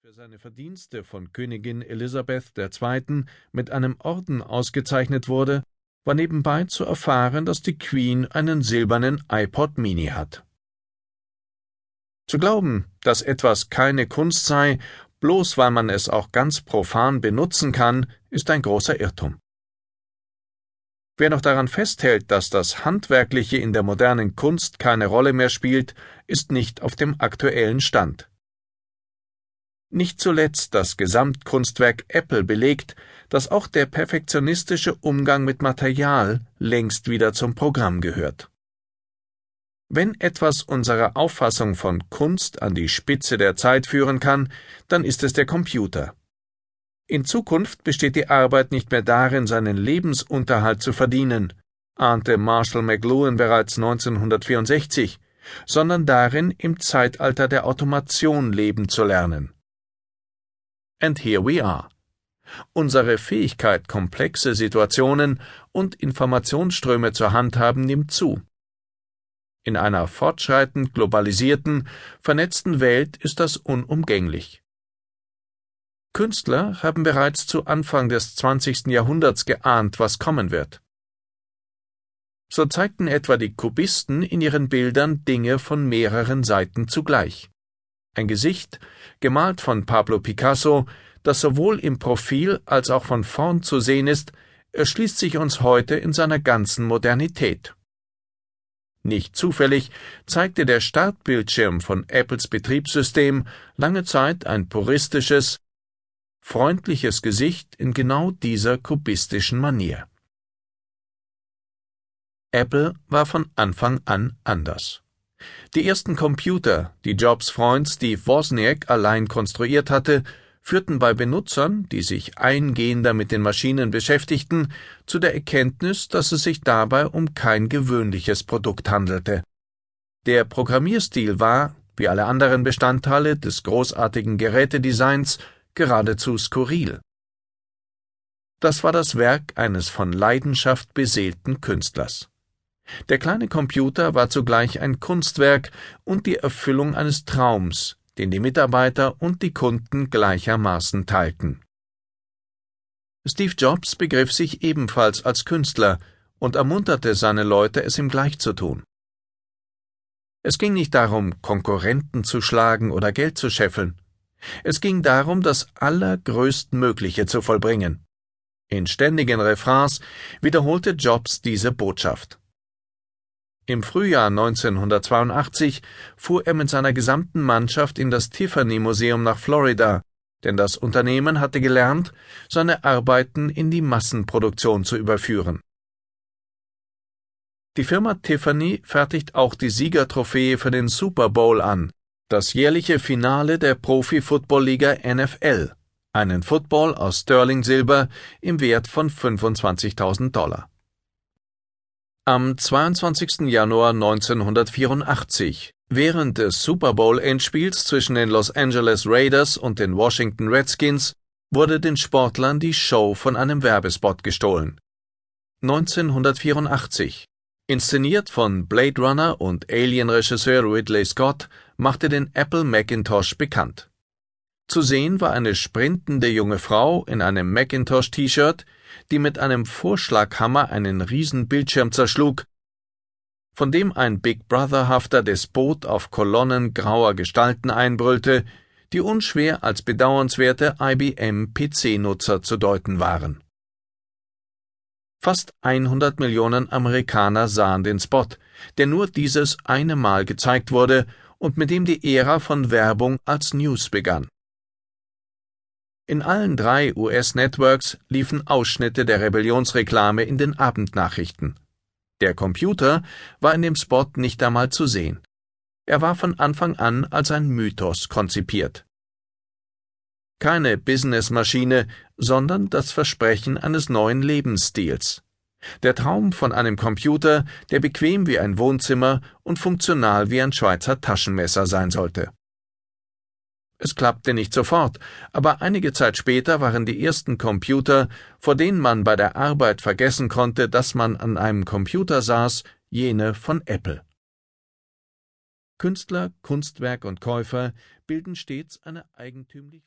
für seine Verdienste von Königin Elisabeth II. Mit einem Orden ausgezeichnet wurde, war nebenbei zu erfahren, dass die Queen einen silbernen iPod Mini hat. Zu glauben, dass etwas keine Kunst sei, bloß weil man es auch ganz profan benutzen kann, ist ein großer Irrtum. Wer noch daran festhält, dass das Handwerkliche in der modernen Kunst keine Rolle mehr spielt, ist nicht auf dem aktuellen Stand. Nicht zuletzt das Gesamtkunstwerk Apple belegt, dass auch der perfektionistische Umgang mit Material längst wieder zum Programm gehört. Wenn etwas unserer Auffassung von Kunst an die Spitze der Zeit führen kann, dann ist es der Computer. In Zukunft besteht die Arbeit nicht mehr darin, seinen Lebensunterhalt zu verdienen, ahnte Marshall McLuhan bereits 1964, sondern darin, im Zeitalter der Automation leben zu lernen. And here we are. Unsere Fähigkeit, komplexe Situationen und Informationsströme zu handhaben, nimmt zu. In einer fortschreitend globalisierten, vernetzten Welt ist das unumgänglich. Künstler haben bereits zu Anfang des 20. Jahrhunderts geahnt, was kommen wird. So zeigten etwa die Kubisten in ihren Bildern Dinge von mehreren Seiten zugleich. Ein Gesicht, gemalt von Pablo Picasso, das sowohl im Profil als auch von vorn zu sehen ist, erschließt sich uns heute in seiner ganzen Modernität. Nicht zufällig zeigte der Startbildschirm von Apples Betriebssystem lange Zeit ein puristisches, freundliches Gesicht in genau dieser kubistischen Manier. Apple war von Anfang an anders. Die ersten Computer, die Jobs' Freund Steve Wozniak allein konstruiert hatte, führten bei Benutzern, die sich eingehender mit den Maschinen beschäftigten, zu der Erkenntnis, dass es sich dabei um kein gewöhnliches Produkt handelte. Der Programmierstil war, wie alle anderen Bestandteile des großartigen Gerätedesigns, geradezu skurril. Das war das Werk eines von Leidenschaft beseelten Künstlers. Der kleine Computer war zugleich ein Kunstwerk und die Erfüllung eines Traums, den die Mitarbeiter und die Kunden gleichermaßen teilten. Steve Jobs begriff sich ebenfalls als Künstler und ermunterte seine Leute, es ihm gleich zu tun. Es ging nicht darum, Konkurrenten zu schlagen oder Geld zu scheffeln. Es ging darum, das Allergrößtmögliche zu vollbringen. In ständigen Refrains wiederholte Jobs diese Botschaft. Im Frühjahr 1982 fuhr er mit seiner gesamten Mannschaft in das Tiffany-Museum nach Florida, denn das Unternehmen hatte gelernt, seine Arbeiten in die Massenproduktion zu überführen. Die Firma Tiffany fertigt auch die Siegertrophäe für den Super Bowl an, das jährliche Finale der Profi-Football-Liga NFL, einen Football aus Sterling-Silber im Wert von $25.000. Am 22. Januar 1984, während des Super Bowl-Endspiels zwischen den Los Angeles Raiders und den Washington Redskins, wurde den Sportlern die Show von einem Werbespot gestohlen. 1984, inszeniert von Blade Runner und Alien-Regisseur Ridley Scott, machte den Apple Macintosh bekannt. Zu sehen war eine sprintende junge Frau in einem Macintosh-T-Shirt, die mit einem Vorschlaghammer einen riesen Bildschirm zerschlug, von dem ein Big Brother-hafter Despot auf Kolonnen grauer Gestalten einbrüllte, die unschwer als bedauernswerte IBM-PC-Nutzer zu deuten waren. Fast 100 Millionen Amerikaner sahen den Spot, der nur dieses eine Mal gezeigt wurde und mit dem die Ära von Werbung als News begann. In allen 3 US-Networks liefen Ausschnitte der Rebellionsreklame in den Abendnachrichten. Der Computer war in dem Spot nicht einmal zu sehen. Er war von Anfang an als ein Mythos konzipiert. Keine Businessmaschine, sondern das Versprechen eines neuen Lebensstils. Der Traum von einem Computer, der bequem wie ein Wohnzimmer und funktional wie ein Schweizer Taschenmesser sein sollte. Es klappte nicht sofort, aber einige Zeit später waren die ersten Computer, vor denen man bei der Arbeit vergessen konnte, dass man an einem Computer saß, jene von Apple. Künstler, Kunstwerk und Käufer bilden stets eine eigentümlich